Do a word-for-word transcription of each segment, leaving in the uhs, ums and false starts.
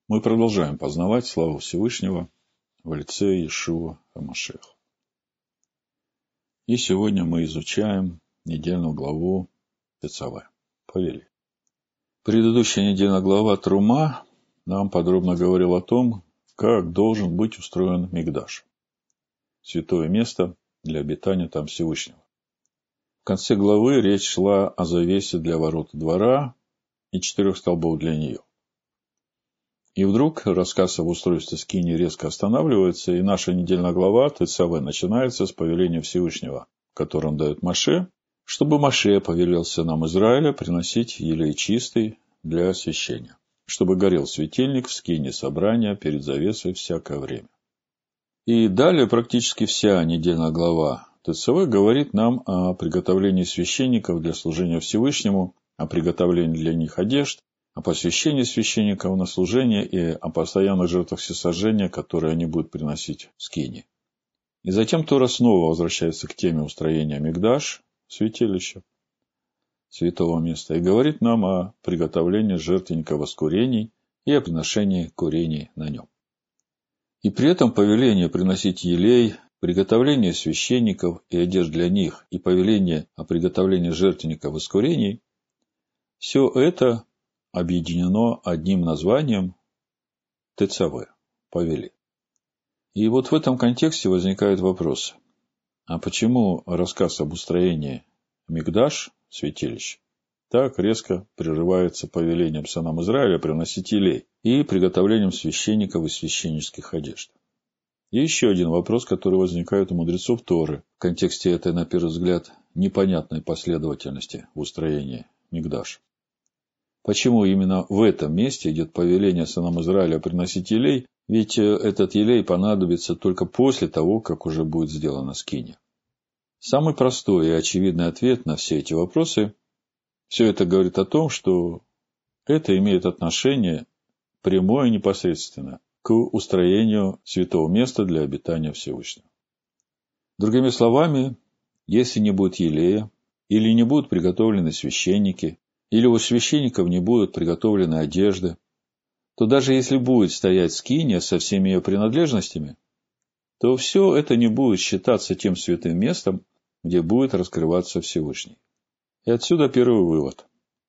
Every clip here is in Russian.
Мы продолжаем познавать славу Всевышнего в лице Иешуа ха-Машиаха. И сегодня мы изучаем недельную главу Тецаве, Повелий. Предыдущая недельная глава Трума нам подробно говорила о том, как должен быть устроен Микдаш, святое место для обитания там Всевышнего. В конце главы речь шла о завесе для ворот двора и четырех столбов для нее. И вдруг рассказ об устройстве скинии резко останавливается, и наша недельная глава Тецаве начинается с повеления Всевышнего, которое он дает Моше, чтобы Моше повелел сынам Израиля приносить елей чистый для освящения, чтобы горел светильник в скинии собрания перед завесой всякое время. И далее практически вся недельная глава Тецаве говорит нам о приготовлении священников для служения Всевышнему, о приготовлении для них одежд, о посвящении священников на служение и о постоянных жертвах всесожжения, которые они будут приносить в скинии. И затем Тора снова возвращается к теме устроения Микдаш, святилища, святого места, и говорит нам о приготовлении жертвенника воскурений и о приношении курений на нем. И при этом повеление приносить елей, приготовление священников и одежд для них, и повеление о приготовлении жертвенника воскурений, все это объединено одним названием Тецаве, Повелий. И вот в этом контексте возникает вопрос, а почему рассказ об устроении Микдаш, святилища, так резко прерывается повелением сынам Израиля приносить елей и приготовлением священников и священнических одежд? И еще один вопрос, который возникает у мудрецов Торы в контексте этой, на первый взгляд, непонятной последовательности в устроении Микдаша. Почему именно в этом месте идет повеление сынам Израиля приносить елей, ведь этот елей понадобится только после того, как уже будет сделана скиния? Самый простой и очевидный ответ на все эти вопросы – все это говорит о том, что это имеет отношение прямое и непосредственно к устроению святого места для обитания Всевышнего. Другими словами, если не будет елея, или не будут приготовлены священники, или у священников не будут приготовлены одежды, то даже если будет стоять скиния со всеми ее принадлежностями, то все это не будет считаться тем святым местом, где будет раскрываться Всевышний. И отсюда первый вывод.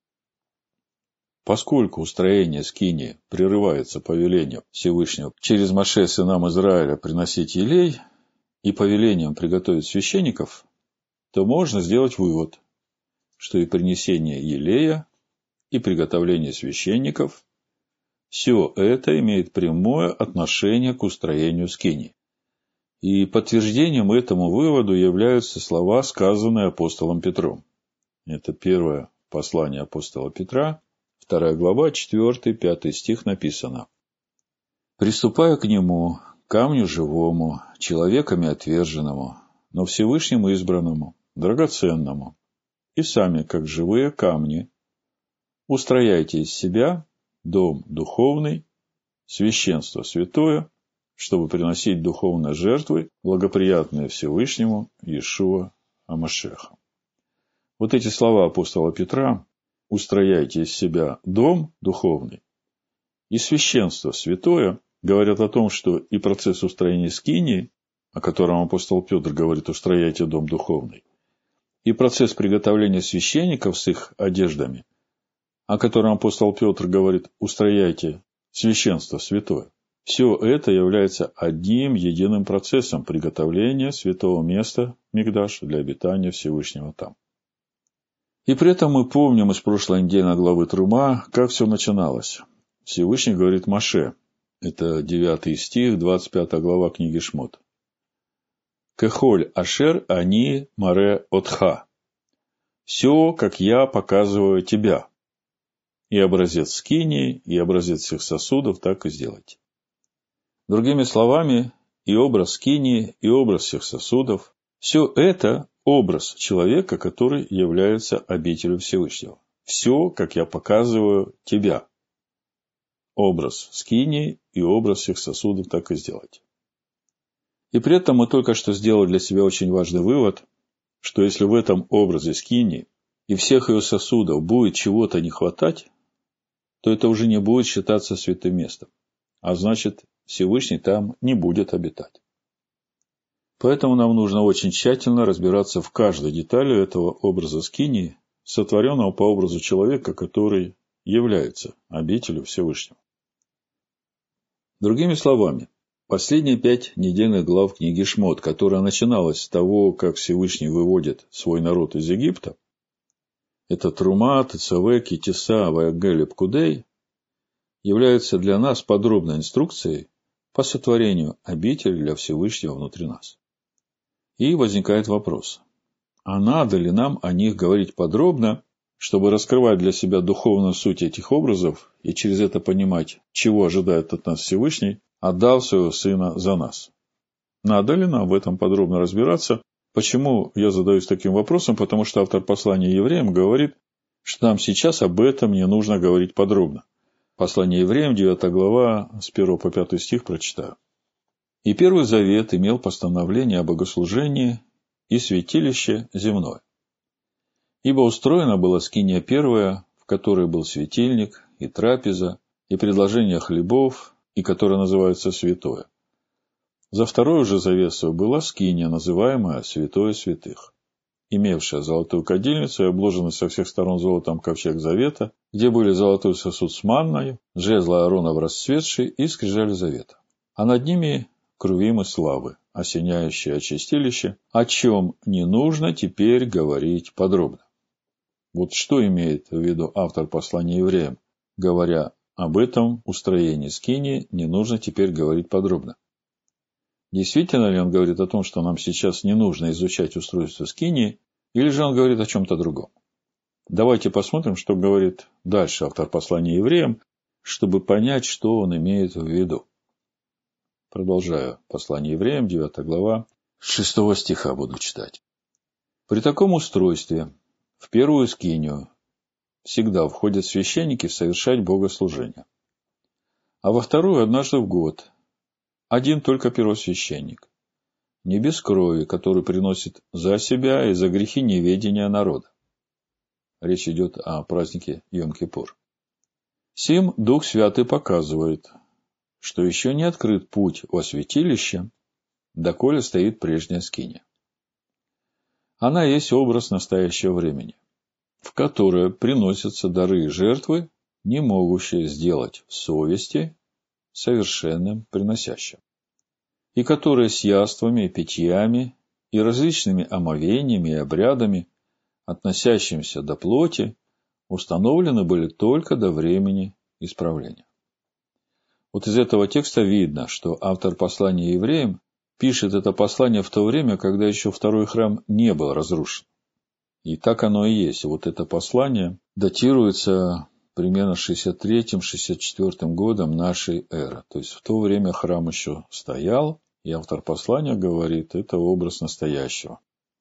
Поскольку устроение скинии прерывается повелением Всевышнего через Моше сынам Израиля приносить елей и повелением приготовить священников, то можно сделать вывод, что и принесение елея, и приготовление священников – все это имеет прямое отношение к устроению скинии. И подтверждением этому выводу являются слова, сказанные апостолом Петром. Это первое послание апостола Петра, вторая глава, четвёртый пятый стих написано: «Приступая к нему, камню живому, человеками отверженному, но Всевышнему избранному, драгоценному, и сами, как живые камни, устрояйте из себя дом духовный, священство святое, чтобы приносить духовные жертвы, благоприятные Всевышнему Иешуа ха-Машиаха». Вот эти слова апостола Петра «устрояйте из себя дом духовный» и священство святое говорят о том, что и процесс устроения скинии, о котором апостол Петр говорит «устрояйте дом духовный», и процесс приготовления священников с их одеждами, о котором апостол Петр говорит «устрояйте священство святое», все это является одним единым процессом приготовления святого места Микдаша для обитания Всевышнего там. И при этом мы помним из прошлой недельной главы Трума, как все начиналось. Всевышний говорит Моше, это девятый стих, двадцать пятая глава книги Шмот. «Кехоль ашер ани маре отха». «Все, как я показываю тебя». И образец скинии, и образец всех сосудов так и сделайте. Другими словами, и образ скинии, и образ всех сосудов – все это образ человека, который является обителью Всевышнего. Все, как я показываю тебя. Образ скинии и образ всех сосудов так и сделайте. И при этом мы только что сделали для себя очень важный вывод, что если в этом образе скинии и всех ее сосудов будет чего-то не хватать, то это уже не будет считаться святым местом. а значит, Всевышний там не будет обитать. Поэтому нам нужно очень тщательно разбираться в каждой детали этого образа скинии, сотворенного по образу человека, который является обителью Всевышнего. Другими словами, последние пять недельных глав книги Шмот, которая начиналась с того, как Всевышний выводит свой народ из Египта, это Трума, Тецаве, Китиса, Ваягель и Пкудей, являются для нас подробной инструкцией по сотворению обители для Всевышнего внутри нас. И возникает вопрос, а надо ли нам о них говорить подробно, чтобы раскрывать для себя духовную суть этих образов и через это понимать, чего ожидает от нас Всевышний, отдав своего Сына за нас? Надо ли нам в этом подробно разбираться? Почему я задаюсь таким вопросом? Потому что автор послания евреям говорит, что нам сейчас об этом не нужно говорить подробно. Послание евреям, девятая глава, с первого по пятый стих прочитаю. «И Первый Завет имел постановление о богослужении и святилище земное. Ибо устроена была скиния первая, в которой был светильник и трапеза, и предложение хлебов, и которая называется святое. За вторую же завесу была скиния, называемая святое святых, имевшая золотую кадильницу и обложенный со всех сторон золотом ковчег завета, где были золотой сосуд с манною, жезла Ааронов расцветший и скрижали завета. А над ними крувимы славы, осеняющие очистилище, о чем не нужно теперь говорить подробно». Вот что имеет в виду автор послания евреям, говоря об этом устроении скинии, не нужно теперь говорить подробно. Действительно ли он говорит о том, что нам сейчас не нужно изучать устройство скинии, или же он говорит о чем-то другом? Давайте посмотрим, что говорит дальше автор послания евреям, чтобы понять, что он имеет в виду. Продолжаю послание евреям, девятая глава, с шестого стиха буду читать. «При таком устройстве в первую скинию всегда входят священники совершать богослужение, а во вторую однажды в год один только первосвященник, не без крови, который приносит за себя и за грехи неведения народа». Речь идет о празднике Йом-Кипур. «Сим Дух Святый показывает, что еще не открыт путь во святилище, доколе стоит прежняя скиния. Она есть образ настоящего времени, в которое приносятся дары и жертвы, не могущие сделать совести совершенным приносящим, и которые с яствами и питьями и различными омовениями и обрядами, относящимися до плоти, установлены были только до времени исправления». Вот из этого текста видно, что автор послания евреям пишет это послание в то время, когда еще второй храм не был разрушен. И так оно и есть. Вот это послание датируется примерно шестьдесят третьим — шестьдесят четвёртым годом нашей эры. То есть в то время храм еще стоял, и автор послания говорит, это образ настоящего.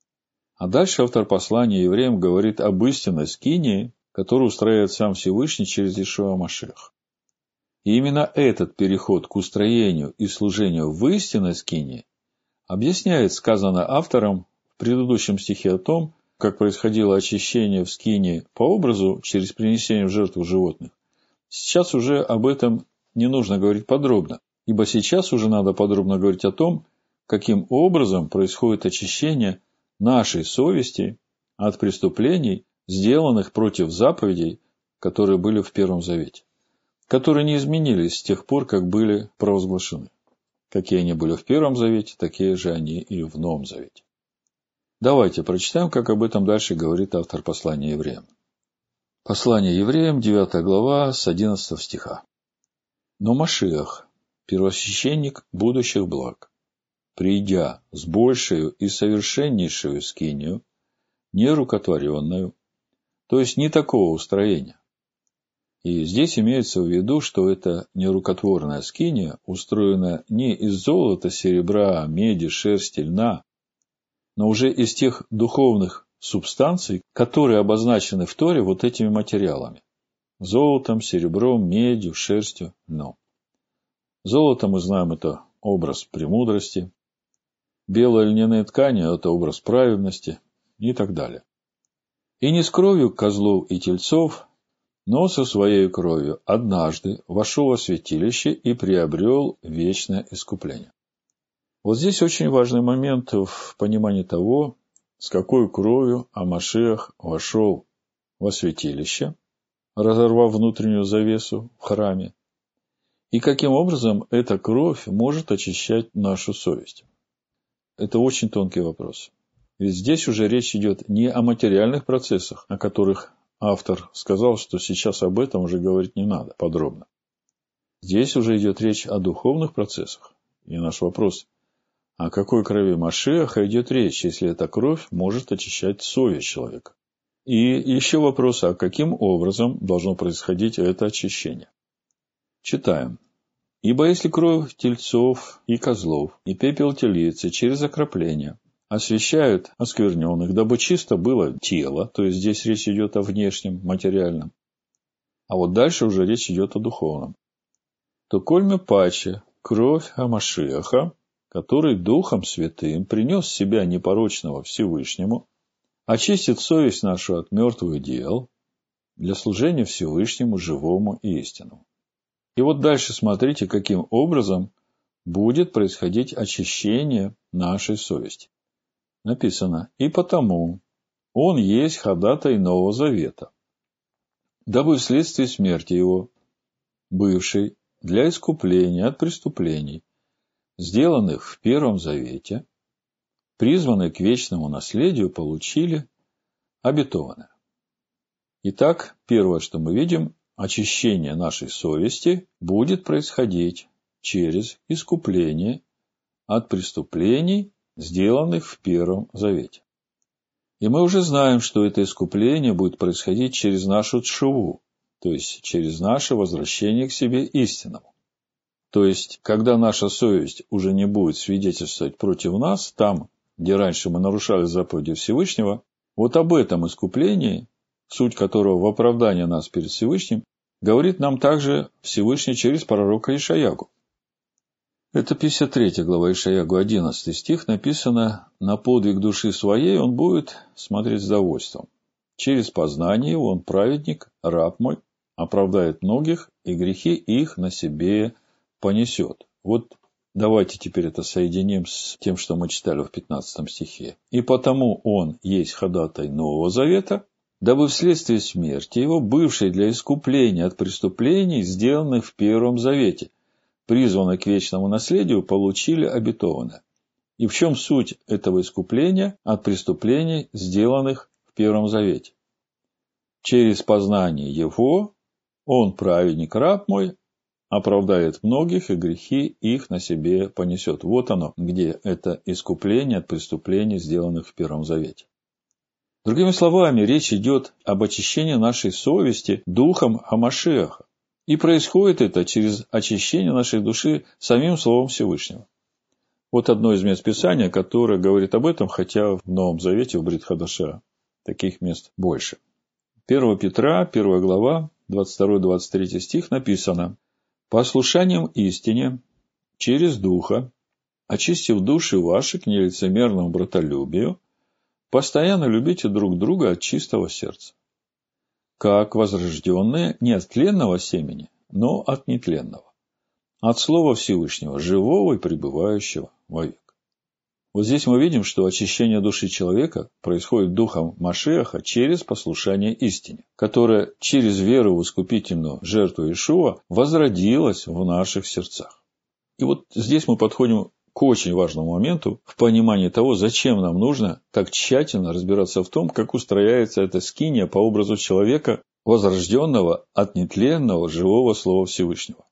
А дальше автор послания евреям говорит об истинной скинии, которую устраивает сам Всевышний через Иешуа Машиах. И именно этот переход к устроению и служению в истинной скинии объясняет сказанное автором в предыдущем стихе о том, как происходило очищение в скинии по образу через принесение в жертву животных. Сейчас уже об этом не нужно говорить подробно, ибо сейчас уже надо подробно говорить о том, каким образом происходит очищение нашей совести от преступлений, сделанных против заповедей, которые были в Первом Завете, которые не изменились с тех пор, как были провозглашены. Какие они были в Первом Завете, такие же они и в Новом Завете. Давайте прочитаем, как об этом дальше говорит автор послания евреям. Послание евреям, девятая глава, с одиннадцатого стиха. «Но Машиах, первосвященник будущих благ, придя с большею и совершеннейшую скинию, нерукотворенную, то есть не такого устроения». И здесь имеется в виду, что это нерукотворная скиния устроена не из золота, серебра, меди, шерсти, льна, но уже из тех духовных субстанций, которые обозначены в Торе вот этими материалами. Золотом, серебром, медью, шерстью, льном. Золото, мы знаем, это образ премудрости. Белые льняные ткани – это образ праведности и так далее. И не с кровью козлов и тельцов, но со своей кровью однажды вошел во святилище и приобрел вечное искупление. Вот здесь очень важный момент в понимании того, с какой кровью а-Машиах вошел во святилище, разорвав внутреннюю завесу в храме, и каким образом эта кровь может очищать нашу совесть. Это очень тонкий вопрос. Ведь здесь уже речь идет не о материальных процессах, о которых автор сказал, что сейчас об этом уже говорить не надо подробно. Здесь уже идет речь о духовных процессах. И наш вопрос: о какой крови Машиаха идет речь, если эта кровь может очищать совесть человека? И еще вопрос, а каким образом должно происходить это очищение? Читаем. «Ибо если кровь тельцов и козлов, и пепел телицы через окропление освящают оскверненных, дабы чисто было тело», то есть здесь речь идет о внешнем, материальном, а вот дальше уже речь идет о духовном, то кольме паче кровь а-Машиаха, который Духом Святым принес себя непорочного Всевышнему, очистит совесть нашу от мертвых дел для служения Всевышнему, живому и истинному. И вот дальше смотрите, каким образом будет происходить очищение нашей совести. Написано: «И потому он есть ходатай Нового Завета, дабы вследствие смерти его, бывшей для искупления от преступлений, сделанных в Первом Завете, призванные к вечному наследию, получили обетованное». Итак, первое, что мы видим, очищение нашей совести будет происходить через искупление от преступлений, сделанных в Первом Завете. И мы уже знаем, что это искупление будет происходить через нашу тшуву, то есть через наше возвращение к себе истинному. То есть, когда наша совесть уже не будет свидетельствовать против нас, там, где раньше мы нарушали заповеди Всевышнего, вот об этом искуплении, суть которого в оправдании нас перед Всевышним, говорит нам также Всевышний через пророка Ишаягу. Это пятьдесят третья глава Ишаягу, одиннадцатый стих, написано: «На подвиг души своей он будет смотреть с довольством. Через познание его он, праведник, раб мой, оправдает многих, и грехи их на себе понесет». Вот давайте теперь это соединим с тем, что мы читали в пятнадцатом стихе. «И потому он есть ходатай Нового Завета, дабы вследствие смерти его, бывшей для искупления от преступлений, сделанных в Первом Завете, призванные к вечному наследию, получили обетованное». И в чем суть этого искупления от преступлений, сделанных в Первом Завете? Через познание его он, праведник, раб мой, оправдает многих, и грехи их на себе понесет. Вот оно, где это искупление от преступлений, сделанных в Первом Завете. Другими словами, речь идет об очищении нашей совести духом а-Машиаха. И происходит это через очищение нашей души самим Словом Всевышнего. Вот одно из мест Писания, которое говорит об этом, хотя в Новом Завете, в Брит Хадаша, таких мест больше. первое Петра, первая глава, двадцать второй - двадцать третий стих написано: «Послушанием истине, через Духа, очистив души ваши к нелицемерному братолюбию, постоянно любите друг друга от чистого сердца, как возрожденные не от тленного семени, но от нетленного, от Слова Всевышнего, живого и пребывающего вовек». Вот здесь мы видим, что очищение души человека происходит духом Машиаха через послушание истине, которая через веру в искупительную жертву Иешуа возродилась в наших сердцах. И вот здесь мы подходим к очень важному моменту в понимании того, зачем нам нужно так тщательно разбираться в том, как устрояется эта скиния по образу человека, возрожденного от нетленного живого Слова Всевышнего.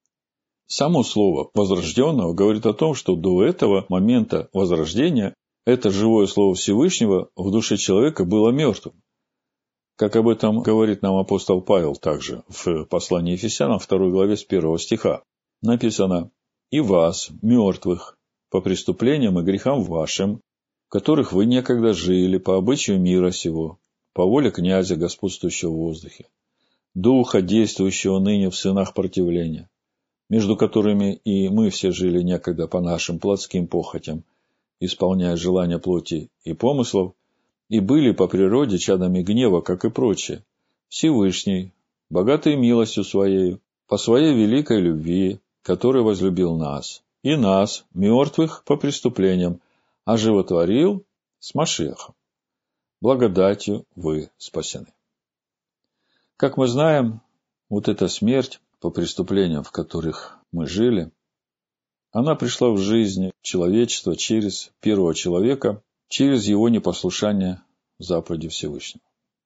Само слово «возрожденного» говорит о том, что до этого момента возрождения это живое Слово Всевышнего в душе человека было мертвым. Как об этом говорит нам апостол Павел также в послании Ефесянам, второй главе с первого стиха. Написано: «И вас, мертвых, по преступлениям и грехам вашим, в которых вы некогда жили по обычаю мира сего, по воле князя, господствующего в воздухе, духа, действующего ныне в сынах противления, между которыми и мы все жили некогда по нашим плотским похотям, исполняя желания плоти и помыслов, и были по природе чадами гнева, как и прочие. Всевышний, богатый милостью Своею, по Своей великой любви, который возлюбил нас, и нас, мертвых по преступлениям, оживотворил с Машиахом. Благодатью вы спасены. Как мы знаем, вот эта смерть по преступлениям, в которых мы жили, она пришла в жизнь человечества через первого человека, через его непослушание заповеди Всевышнего.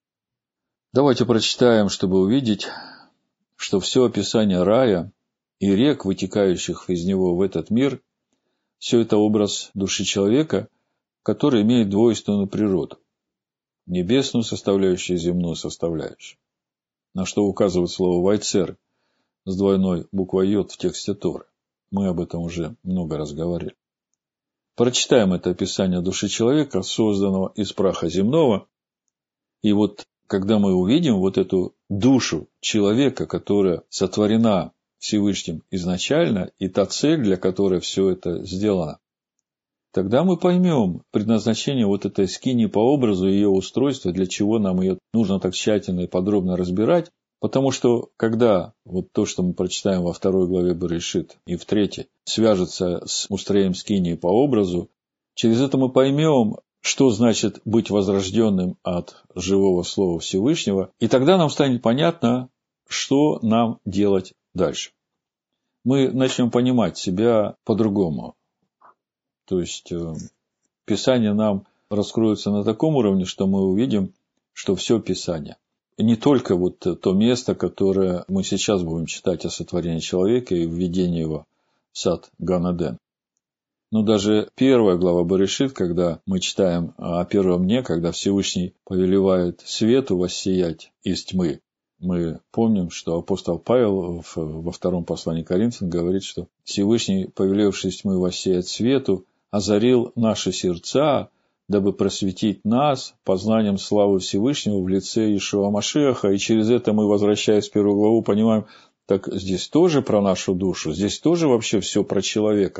Давайте прочитаем, чтобы увидеть, что все описание рая и рек, вытекающих из него в этот мир, все это образ души человека, который имеет двойственную природу. Небесную составляющую и земную составляющую. На что указывает слово «вайцер» с двойной буквой «йод» в тексте Торы. Мы об этом уже много раз говорили. Прочитаем это описание души человека, созданного из праха земного. И вот когда мы увидим вот эту душу человека, которая сотворена Всевышним изначально, и та цель, для которой все это сделано, тогда мы поймем предназначение вот этой скинии по образу, ее устройства, для чего нам ее нужно так тщательно и подробно разбирать. Потому что, когда вот то, что мы прочитаем во второй главе Берешит и в третьей, свяжется с устроением скинии по образу, через это мы поймем, что значит быть возрожденным от живого слова Всевышнего, и тогда нам станет понятно, что нам делать дальше. Мы начнем понимать себя по-другому. То есть, Писание нам раскроется на таком уровне, что мы увидим, что все Писание. И не только вот то место, которое мы сейчас будем читать о сотворении человека и введении его в сад Ган-Эден. Но даже первая глава Берешит, когда мы читаем о первом дне, когда Всевышний повелевает свету воссиять из тьмы, мы помним, что апостол Павел во втором послании к Коринфянам говорит, что Всевышний, повелевший из тьмы воссиять свету, озарил наши сердца, дабы просветить нас познанием славы Всевышнего в лице Иешуа Машиаха. И через это мы, возвращаясь в первую главу, понимаем, так здесь тоже про нашу душу, здесь тоже вообще все про человека.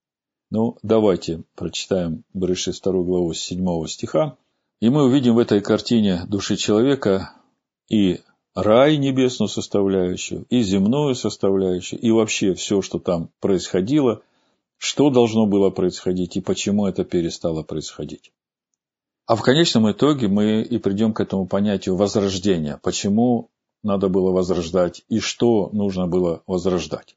Ну, давайте прочитаем Берешит вторую главу с седьмого стиха. И мы увидим в этой картине души человека и рай, небесную составляющую, и земную составляющую, и вообще все, что там происходило, что должно было происходить и почему это перестало происходить. А в конечном итоге мы и придем к этому понятию возрождения. Почему надо было возрождать и что нужно было возрождать.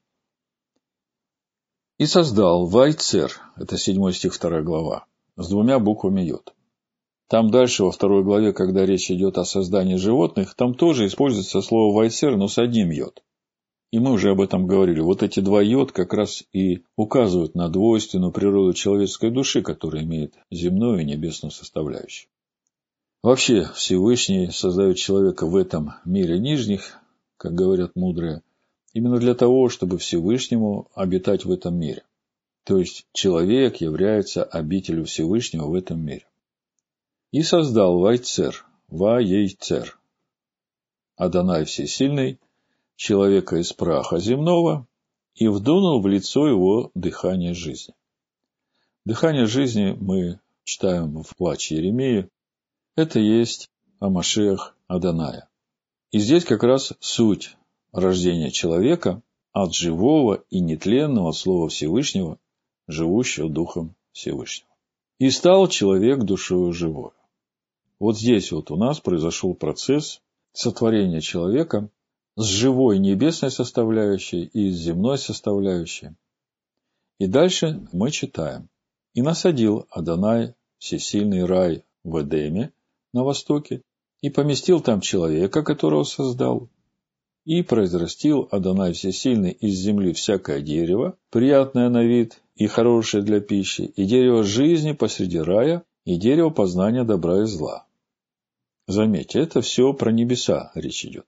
И создал вайцер, это седьмой стих, вторая глава, с двумя буквами йод. Там дальше, во второй главе, когда речь идет о создании животных, там тоже используется слово вайцер, но с одним йод. И мы уже об этом говорили. Вот эти два йод как раз и указывают на двойственную природу человеческой души, которая имеет земную и небесную составляющую. Вообще Всевышний создает человека в этом мире нижних, как говорят мудрые, именно для того, чтобы Всевышнему обитать в этом мире. То есть человек является обителью Всевышнего в этом мире. И создал вайцер, ва-ейцер, Адонай Всесильный, человека из праха земного, и вдунул в лицо его дыхание жизни. Дыхание жизни мы читаем в плаче Иеремии. Это есть Амашиах Адоная. И здесь как раз суть рождения человека от живого и нетленного Слова Всевышнего, живущего Духом Всевышнего. И стал человек душою живою. Вот здесь вот у нас произошел процесс сотворения человека с живой небесной составляющей и с земной составляющей. И дальше мы читаем. И насадил Адонай всесильный рай в Эдеме на востоке, и поместил там человека, которого создал, и произрастил Адонай всесильный из земли всякое дерево, приятное на вид и хорошее для пищи, и дерево жизни посреди рая, и дерево познания добра и зла. Заметьте, это все про небеса речь идет.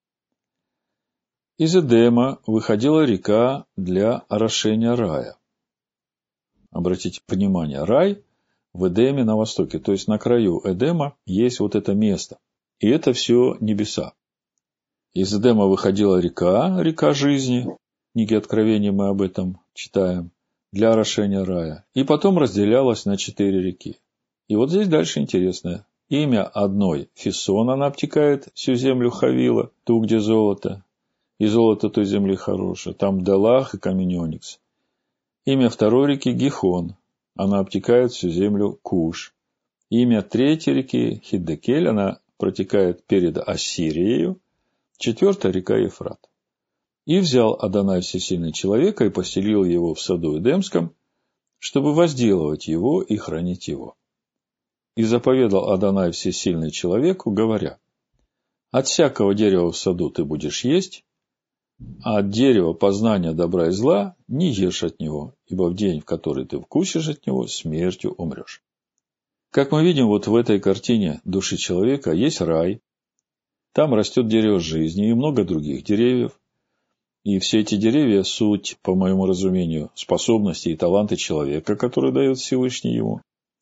Из Эдема выходила река для орошения рая. Обратите внимание, рай в Эдеме на востоке, то есть на краю Эдема есть вот это место. И это все небеса. Из Эдема выходила река, река жизни, в книге Откровения мы об этом читаем, для орошения рая. И потом разделялась на четыре реки. И вот здесь дальше интересно. имя одной Фисон, она обтекает всю землю Хавила, ту, где золото, и золото той земли хорошее, там Далах и камень оникс. Имя второй реки Гихон, она обтекает всю землю Куш. Имя третьей реки Хиддекель, она протекает перед Ассирией. Четвертая река Ефрат. И взял Адонай всесильный человека и поселил его в саду Эдемском, чтобы возделывать его и хранить его. И заповедал Адонай всесильный человеку, говоря: от всякого дерева в саду ты будешь есть, а от дерева познания добра и зла не ешь от него, ибо в день, в который ты вкусишь от него, смертью умрешь. Как мы видим, вот в этой картине души человека есть рай, там растет дерево жизни и много других деревьев, и все эти деревья – суть, по моему разумению, способности и таланты человека, которые дает Всевышний ему.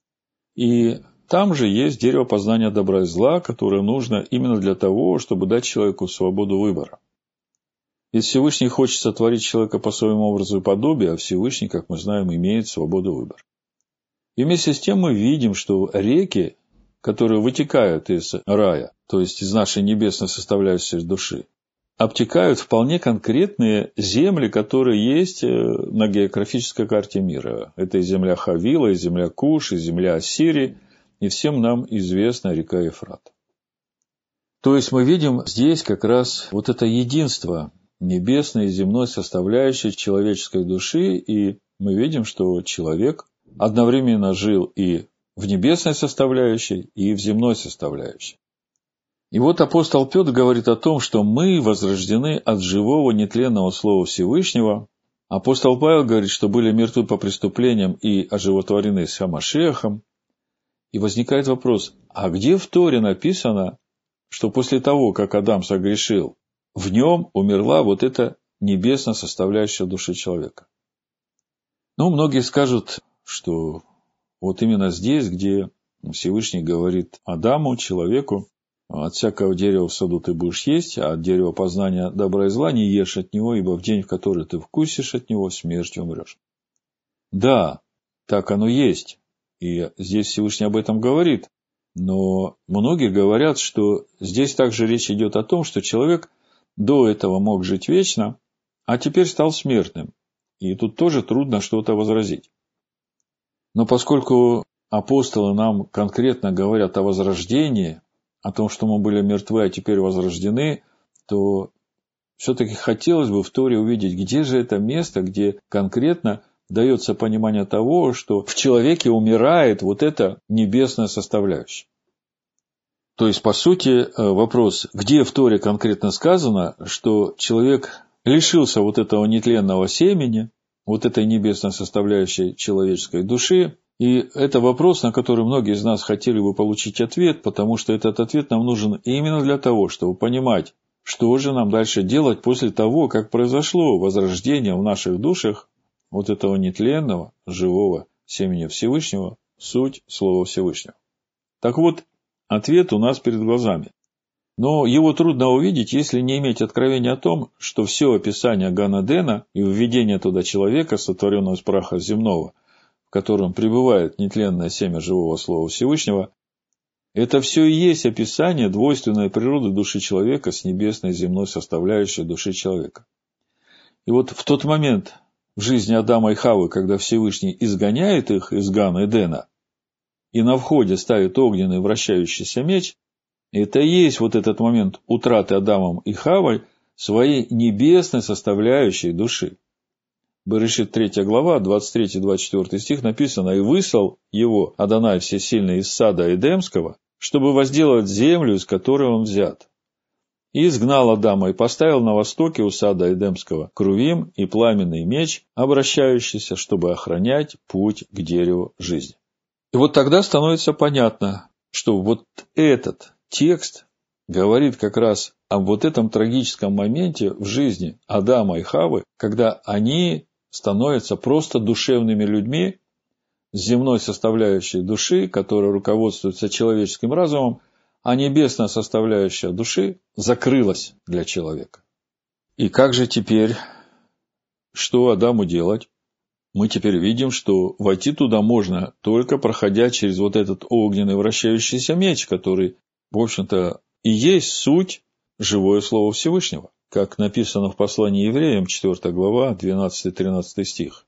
И там же есть дерево познания добра и зла, которое нужно именно для того, чтобы дать человеку свободу выбора. Ведь Всевышний хочет сотворить человека по своему образу и подобию, а Всевышний, как мы знаем, имеет свободу выбора. И вместе с тем мы видим, что реки, которые вытекают из рая, то есть из нашей небесной составляющей души, обтекают вполне конкретные земли, которые есть на географической карте мира. Это и земля Хавила, и земля Куш, и земля Ассирии, и всем нам известна река Ефрат. То есть мы видим здесь как раз вот это единство небесной и земной составляющей человеческой души, и мы видим, что человек одновременно жил и в небесной составляющей, и в земной составляющей. И вот апостол Петр говорит о том, что мы возрождены от живого нетленного Слова Всевышнего. Апостол Павел говорит, что были мертвы по преступлениям и оживотворены с Машиахом. И возникает вопрос, а где в Торе написано, что после того, как Адам согрешил, в нем умерла вот эта небесная составляющая души человека? Ну, многие скажут, что вот именно здесь, где Всевышний говорит Адаму, человеку: от всякого дерева в саду ты будешь есть, а от дерева познания добра и зла не ешь от него, ибо в день, в который ты вкусишь от него, смертью умрешь. Да, так оно есть. И здесь Всевышний об этом говорит. Но многие говорят, что здесь также речь идет о том, что человек до этого мог жить вечно, а теперь стал смертным. И тут тоже трудно что-то возразить. Но поскольку апостолы нам конкретно говорят о возрождении, о том, что мы были мертвы, а теперь возрождены, то все-таки хотелось бы в Торе увидеть, где же это место, где конкретно дается понимание того, что в человеке умирает вот эта небесная составляющая. То есть, по сути, вопрос, где в Торе конкретно сказано, что человек лишился вот этого нетленного семени, вот этой небесной составляющей человеческой души. И это вопрос, на который многие из нас хотели бы получить ответ, потому что этот ответ нам нужен именно для того, чтобы понимать, что же нам дальше делать после того, как произошло возрождение в наших душах вот этого нетленного, живого семени Всевышнего, суть Слова Всевышнего. Так вот, ответ у нас перед глазами. Но его трудно увидеть, если не иметь откровения о том, что все описание Ган-Эдена и введение туда человека, сотворенного из праха земного, в котором пребывает нетленное семя живого Слова Всевышнего, это все и есть описание двойственной природы души человека с небесной земной составляющей души человека. И вот в тот момент в жизни Адама и Хаввы, когда Всевышний изгоняет их из Ган-Эдена и на входе ставит огненный вращающийся меч, это и есть вот этот момент утраты Адамом и Хаввой своей небесной составляющей души. Берешит третья глава, двадцать третий — двадцать четвёртый стих написано: «И выслал его Адонай всесильный из сада Эдемского, чтобы возделать землю, из которой он взят. И изгнал Адама и поставил на востоке у сада Эдемского крувим и пламенный меч, обращающийся, чтобы охранять путь к дереву жизни». И вот тогда становится понятно, что вот этот текст говорит как раз об вот этом трагическом моменте в жизни Адама и Хаввы, когда они становятся просто душевными людьми с земной составляющей души, которая руководствуется человеческим разумом, а небесная составляющая души закрылась для человека. И как же теперь, что Адаму делать? мы теперь видим, что войти туда можно только проходя через вот этот огненный вращающийся меч, который, в общем-то, и есть суть живое Слово Всевышнего, как написано в послании евреям, четвёртая глава, двенадцатый-тринадцатый стих.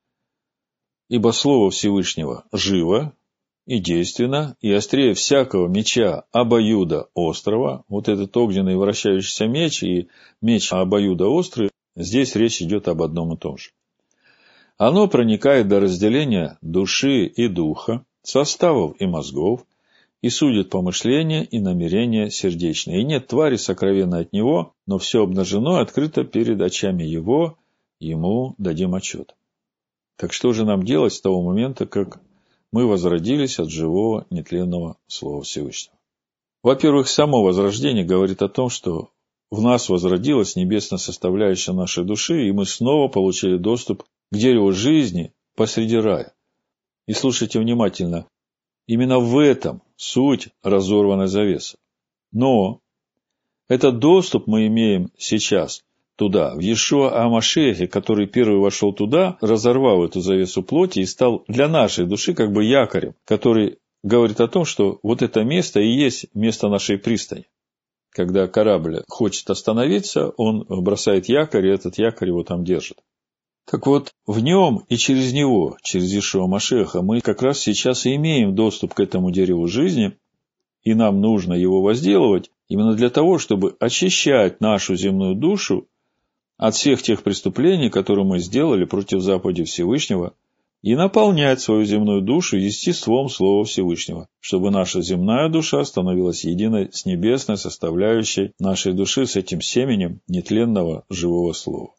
«Ибо Слово Всевышнего живо и действенно, и острее всякого меча обоюда острого». Вот этот огненный вращающийся меч и меч обоюда острый, здесь речь идет об одном и том же. Оно проникает до разделения души и духа, составов и мозгов, и судит помышления и намерения сердечные. И нет твари сокровенной от него, но все обнажено и открыто перед очами его, ему дадим отчет. Так что же нам делать с того момента, как мы возродились от живого нетленного Слова Всевышнего? Во-первых, само возрождение говорит о том, что в нас возродилась небесная составляющая нашей души, и мы снова получили доступ к дереву жизни посреди рая. И слушайте внимательно, именно в этом суть разорванной завесы. Но этот доступ мы имеем сейчас туда, в Иешуа ха-Машиахе, который первый вошел туда, разорвал эту завесу плоти и стал для нашей души как бы якорем, который говорит о том, что вот это место и есть место нашей пристани. Когда корабль хочет остановиться, он бросает якорь, и этот якорь его там держит. Так вот, в нем и через него, через Иешуа Машиаха, мы как раз сейчас и имеем доступ к этому дереву жизни, и нам нужно его возделывать именно для того, чтобы очищать нашу земную душу от всех тех преступлений, которые мы сделали против заповеди Всевышнего, и наполнять свою земную душу естеством Слова Всевышнего, чтобы наша земная душа становилась единой с небесной составляющей нашей души, с этим семенем нетленного живого Слова.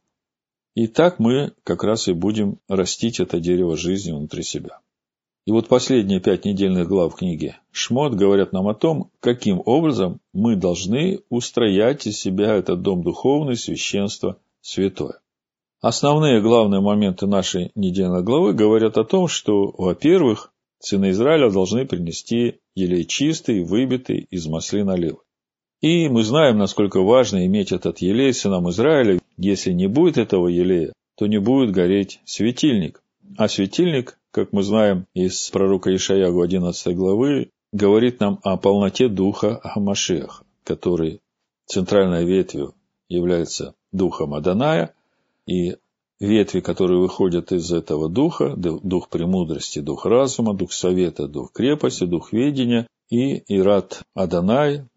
И так мы как раз и будем растить это дерево жизни внутри себя. И вот последние пять недельных глав книги Шмот говорят нам о том, каким образом мы должны устроять из себя этот дом духовный, священство святое. Основные главные моменты нашей недельной главы говорят о том, что, во-первых, сыны Израиля должны принести елей чистый, выбитый из маслин оливы. И мы знаем, насколько важно иметь этот елей сынам Израиля. Если не будет этого елея, то не будет гореть светильник. А светильник, как мы знаем из пророка Ишаяху одиннадцатой главы, говорит нам о полноте духа ха-Машиаха, который центральной ветвью является духом Аданая, и ветви, которые выходят из этого духа, дух премудрости, дух разума, дух совета, дух крепости, дух ведения, и Ират Аданай,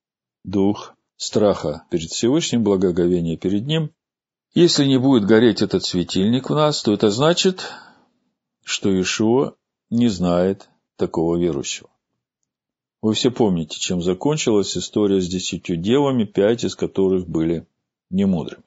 дух страха перед Всевышним, благоговения перед Ним. Если не будет гореть этот светильник в нас, то это значит, что Иешуа не знает такого верующего. Вы все помните, чем закончилась история с десятью девами, пять из которых были немудрыми.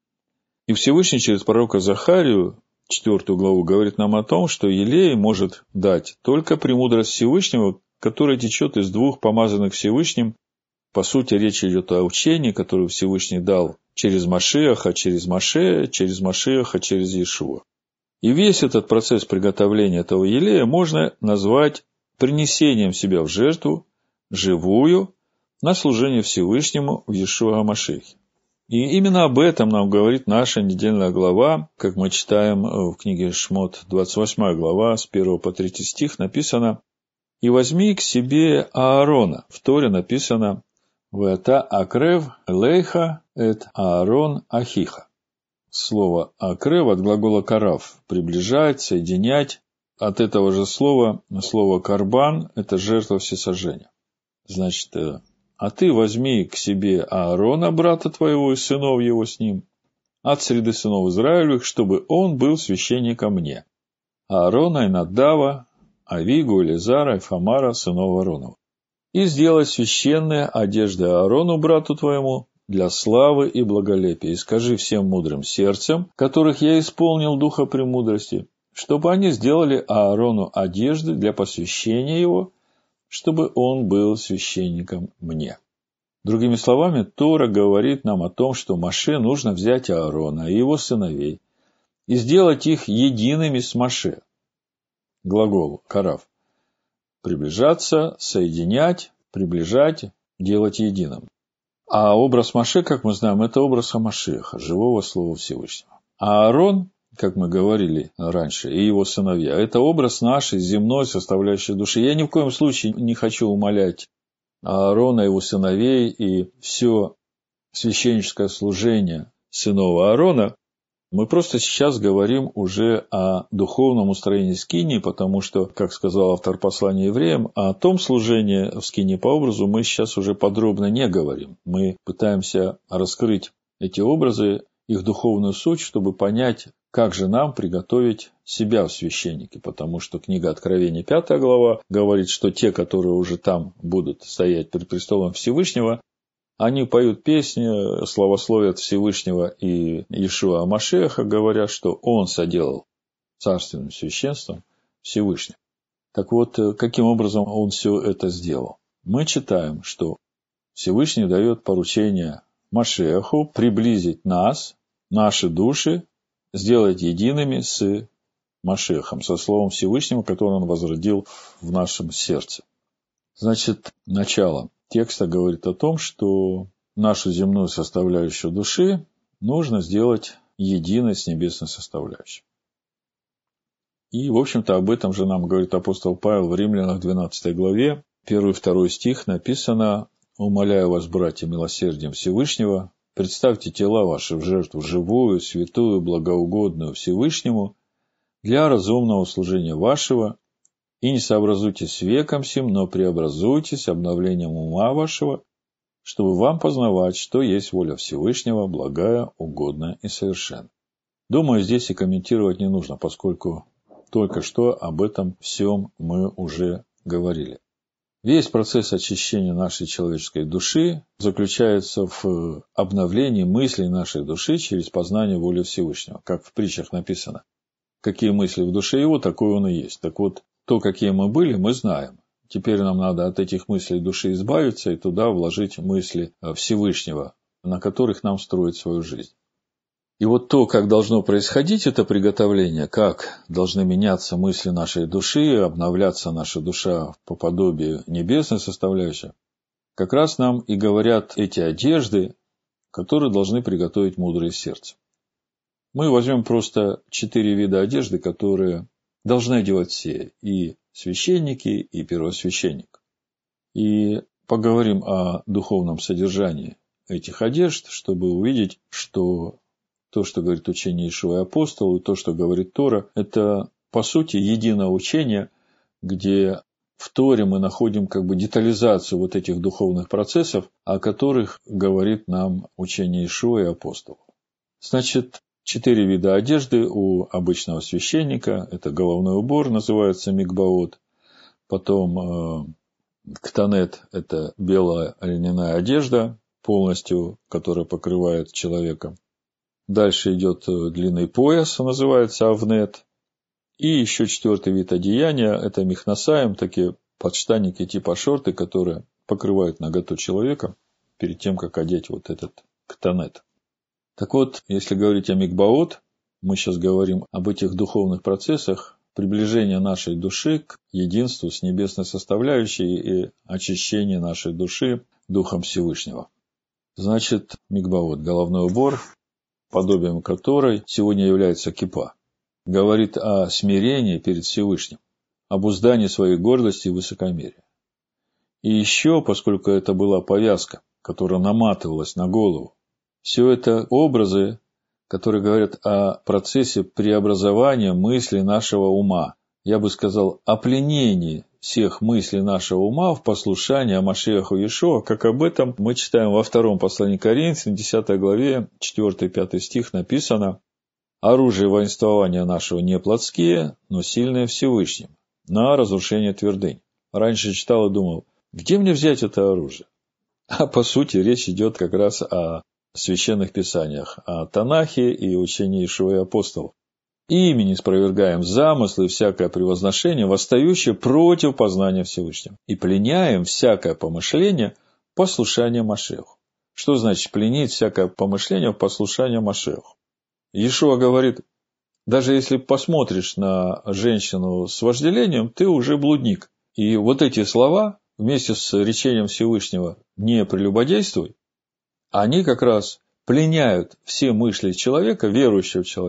И Всевышний через пророка Захарию, четвёртую главу, говорит нам о том, что елей может дать только премудрость Всевышнего, которая течет из двух помазанных Всевышним. По сути, речь идет о учении, которое Всевышний дал через Машиаха, через Моше, через Машиаха, через Иешуа. И весь этот процесс приготовления этого елея можно назвать принесением себя в жертву, живую, на служение Всевышнему в Иешуа ха-Машиахе. И именно об этом нам говорит наша недельная глава, как мы читаем в книге Шмот, двадцать восьмая глава, с первого по третий стих написано: «И возьми к себе Аарона». В Торе написано: «Веата акрев лейха эт Аарон ахиха». Слово «акрев» от глагола «карав» – приближать, соединять. От этого же слова, слово «карбан» – это жертва всесожжения. Значит, «а ты возьми к себе Аарона, брата твоего, и сынов его с ним, от среды сынов Израилевых, чтобы он был священником мне. Аарона и Надава, Авигу, Элизара и Фамара, сынов Ааронова. И сделай священные одежды Аарону, брату твоему, для славы и благолепия, и скажи всем мудрым сердцем, которых я исполнил духа премудрости, чтобы они сделали Аарону одежды для посвящения его, чтобы он был священником мне». Другими словами, Тора говорит нам о том, что Моше нужно взять Аарона и его сыновей и сделать их едиными с Моше. Глагол «карав» – приближаться, соединять, приближать, делать единым. А образ Моше, как мы знаем, это образ ха-Машиаха, живого Слова Всевышнего. А Аарон, как мы говорили раньше, и его сыновья. Это образ нашей земной составляющей души. Я ни в коем случае не хочу умалять Аарона, его сыновей и все священническое служение сынов Аарона. Мы просто сейчас говорим уже о духовном устроении скинии, потому что, как сказал автор послания евреям, о том служении в скинии по образу мы сейчас уже подробно не говорим. Мы пытаемся раскрыть эти образы, их духовную суть, чтобы понять, как же нам приготовить себя в священнике, потому что книга Откровения, пятая глава, говорит, что те, которые уже там будут стоять перед престолом Всевышнего, они поют песни, славословят Всевышнего и Иешуа Машеха, говоря, что он соделал царственным священством Всевышнего. Так вот, каким образом он все это сделал? Мы читаем, что Всевышний дает поручение Машеху приблизить нас, наши души, сделать едиными с Машехом, со Словом Всевышнего, которое он возродил в нашем сердце. Значит, начало текста говорит о том, что нашу земную составляющую души нужно сделать единой с небесной составляющей. И, в общем-то, об этом же нам говорит апостол Павел в Римлянах двенадцатой главе, первый и второй стих написано: «Умоляю вас, братья, милосердием Всевышнего, представьте тела ваши в жертву живую, святую, благоугодную Всевышнему для разумного служения вашего, и не сообразуйтесь с веком сим, но преобразуйтесь обновлением ума вашего, чтобы вам познавать, что есть воля Всевышнего, благая, угодная и совершенная». Думаю, здесь и комментировать не нужно, поскольку только что об этом всем мы уже говорили. Весь процесс очищения нашей человеческой души заключается в обновлении мыслей нашей души через познание воли Всевышнего. Как в притчах написано: какие мысли в душе его, такой он и есть. Так вот, то, какие мы были, мы знаем. Теперь нам надо от этих мыслей души избавиться и туда вложить мысли Всевышнего, на которых нам строить свою жизнь. И вот то, как должно происходить это приготовление, как должны меняться мысли нашей души, обновляться наша душа по подобию небесной составляющей, как раз нам и говорят эти одежды, которые должны приготовить мудрое сердце. Мы возьмем просто четыре вида одежды, которые должны одевать все, и священники, и первосвященник. И поговорим о духовном содержании этих одежд, чтобы увидеть, что то, что говорит учение Иешуа и апостол, и то, что говорит Тора, это, по сути, единое учение, где в Торе мы находим как бы детализацию вот этих духовных процессов, о которых говорит нам учение Иешуа и апостолов. Значит, четыре вида одежды у обычного священника. Это головной убор, называется микбаот. Потом э, ктанет – это белая льняная одежда, полностью, которая покрывает человека. Дальше идет длинный пояс, называется авнет. И еще четвертый вид одеяния – это михнасаем, такие подштанники типа шорты, которые покрывают наготу человека перед тем, как одеть вот этот ктанет. Так вот, если говорить о микбаот, мы сейчас говорим об этих духовных процессах приближения нашей души к единству с небесной составляющей и очищения нашей души Духом Всевышнего. Значит, микбаот – головной убор, подобием которой сегодня является кипа, говорит о смирении перед Всевышним, обуздании своей гордости и высокомерия. И еще, поскольку это была повязка, которая наматывалась на голову, все это образы, которые говорят о процессе преобразования мыслей нашего ума. Я бы сказал, о пленении всех мыслей нашего ума в послушание Машиаху Иешуа, как об этом мы читаем во втором послании к Коринфянам, десятой главе, четвёртый-пятый стих написано: «Оружие воинствования нашего не плотские, но сильное Всевышним, на разрушение твердынь». Раньше читал и думал, где мне взять это оружие? А по сути речь идет как раз о священных писаниях, о Танахе и учении Иешуа и апостолов. Ими не спровергаем замыслы и всякое превозношение, восстающее против познания Всевышнего, и пленяем всякое помышление послушания Машеху. Что значит пленить всякое помышление в послушание Машеху? Иешуа говорит, даже если посмотришь на женщину с вожделением, ты уже блудник. И вот эти слова, вместе с речением Всевышнего «не прелюбодействуй», они как раз пленяют все мысли человека, верующего человека,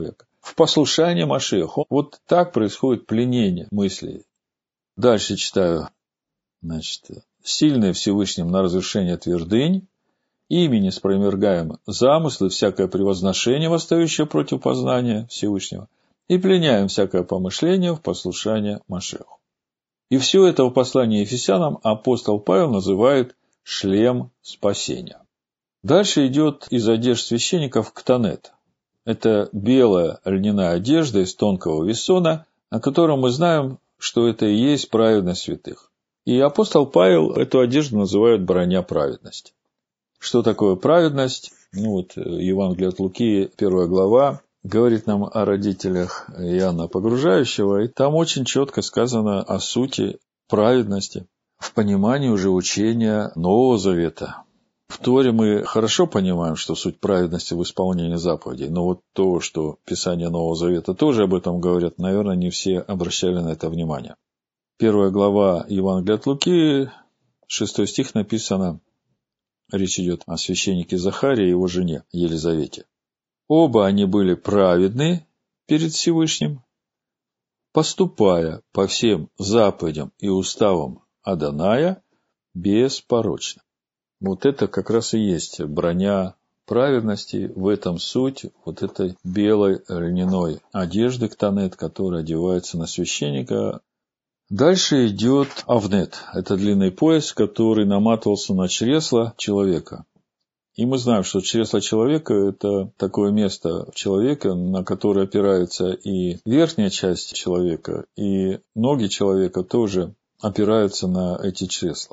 в послушание Машиаху. Вот так происходит пленение мыслей. Дальше читаю. Значит, сильное Всевышним на разрушение твердынь, ими спровергаем замыслы, всякое превозношение, восстающее против познания Всевышнего, и пленяем всякое помышление в послушание Машиаху. И все это в послании Ефесянам апостол Павел называет шлем спасения. Дальше идет из одежд священников ктанет. Это белая льняная одежда из тонкого весона, о котором мы знаем, что это и есть праведность святых. И апостол Павел эту одежду называет броня праведности. Что такое праведность? Ну вот Евангелие от Луки, первая глава, говорит нам о родителях Иоанна Погружающего, и там очень четко сказано о сути праведности в понимании уже учения Нового Завета. В Торе мы хорошо понимаем, что суть праведности в исполнении заповедей, но вот то, что Писание Нового Завета тоже об этом говорят, наверное, не все обращали на это внимание. Первая глава Евангелия от Луки, шестой стих написано, речь идет о священнике Захарии и его жене Елизавете. Оба они были праведны перед Всевышним, поступая по всем заповедям и уставам Адоная беспорочно. Вот это как раз и есть броня праведности, в этом суть вот этой белой льняной одежды ктанет, которая одевается на священника. Дальше идет авнет. Это длинный пояс, который наматывался на чресло человека. И мы знаем, что чресло человека – это такое место человека, на которое опирается и верхняя часть человека, и ноги человека тоже опираются на эти чресла.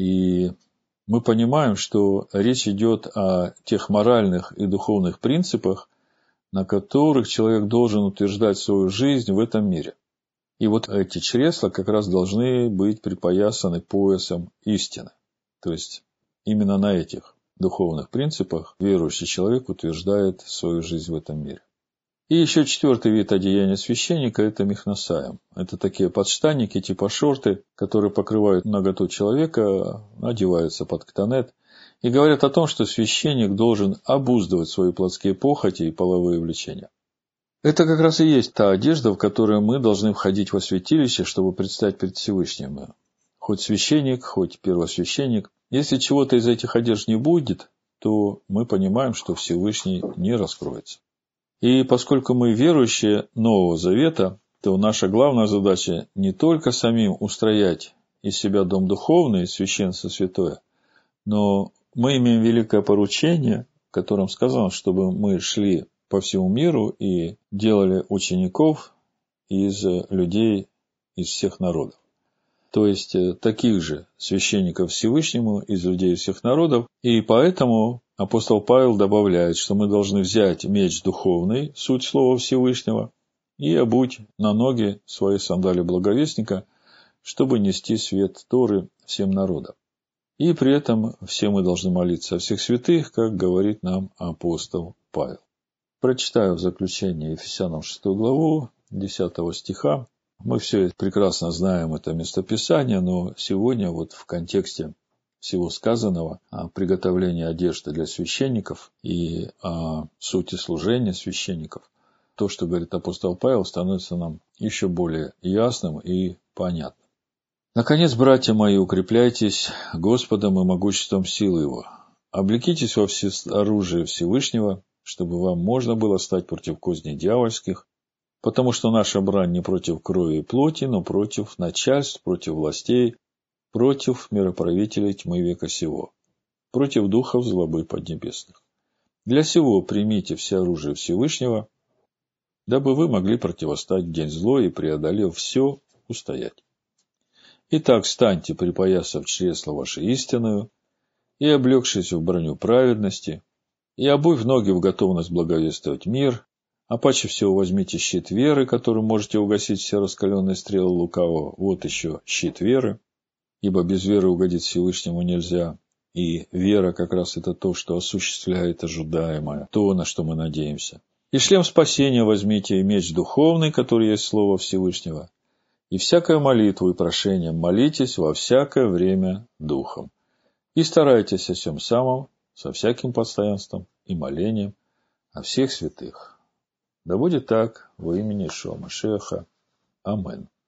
И мы понимаем, что речь идет о тех моральных и духовных принципах, на которых человек должен утверждать свою жизнь в этом мире. И вот эти чресла как раз должны быть припоясаны поясом истины. То есть именно на этих духовных принципах верующий человек утверждает свою жизнь в этом мире. И еще четвертый вид одеяния священника – это михнасаем. Это такие подштанники типа шорты, которые покрывают наготу человека, одеваются под ктанет. И говорят о том, что священник должен обуздывать свои плотские похоти и половые влечения. Это как раз и есть та одежда, в которой мы должны входить во святилище, чтобы предстать перед Всевышним. Хоть священник, хоть первосвященник. Если чего-то из этих одежд не будет, то мы понимаем, что Всевышний не раскроется. И поскольку мы верующие Нового Завета, то наша главная задача не только самим устроять из себя дом духовный, священство святое, но мы имеем великое поручение, в котором сказано, чтобы мы шли по всему миру и делали учеников из людей из всех народов. То есть таких же священников Всевышнему из людей всех народов. И поэтому апостол Павел добавляет, что мы должны взять меч духовный, суть слова Всевышнего, и обуть на ноги свои сандали благовестника, чтобы нести свет Торы всем народам. И при этом все мы должны молиться о всех святых, как говорит нам апостол Павел. Прочитаю в заключение Ефесянам шестую главу, десятого стиха. Мы все прекрасно знаем это местописание, но сегодня вот в контексте всего сказанного о приготовлении одежды для священников и о сути служения священников, то, что говорит апостол Павел, становится нам еще более ясным и понятным. Наконец, братья мои, укрепляйтесь Господом и могуществом силы Его. Облекитесь во всеоружие Всевышнего, чтобы вам можно было стать против козней дьявольских, потому что наша брань не против крови и плоти, но против начальств, против властей, против мироправителей тьмы века сего, против духов злобы поднебесных. Для сего примите все оружие Всевышнего, дабы вы могли противостать в день злой и, преодолев все, устоять. Итак, станьте, припоясав чресло ваше истинную, и облегшись в броню праведности, и обувь ноги в готовность благовествовать мир, а паче всего возьмите щит веры, которым можете угасить все раскаленные стрелы лукавого. Вот еще щит веры, ибо без веры угодить Всевышнему нельзя. И вера как раз это то, что осуществляет ожидаемое, то, на что мы надеемся. И шлем спасения возьмите, и меч духовный, который есть Слово Всевышнего. И всякую молитву и прошение молитесь во всякое время Духом. И старайтесь о всем самом, со всяким постоянством и молением о всех святых. Да будет так во имени Ишуа Машеха. Амен.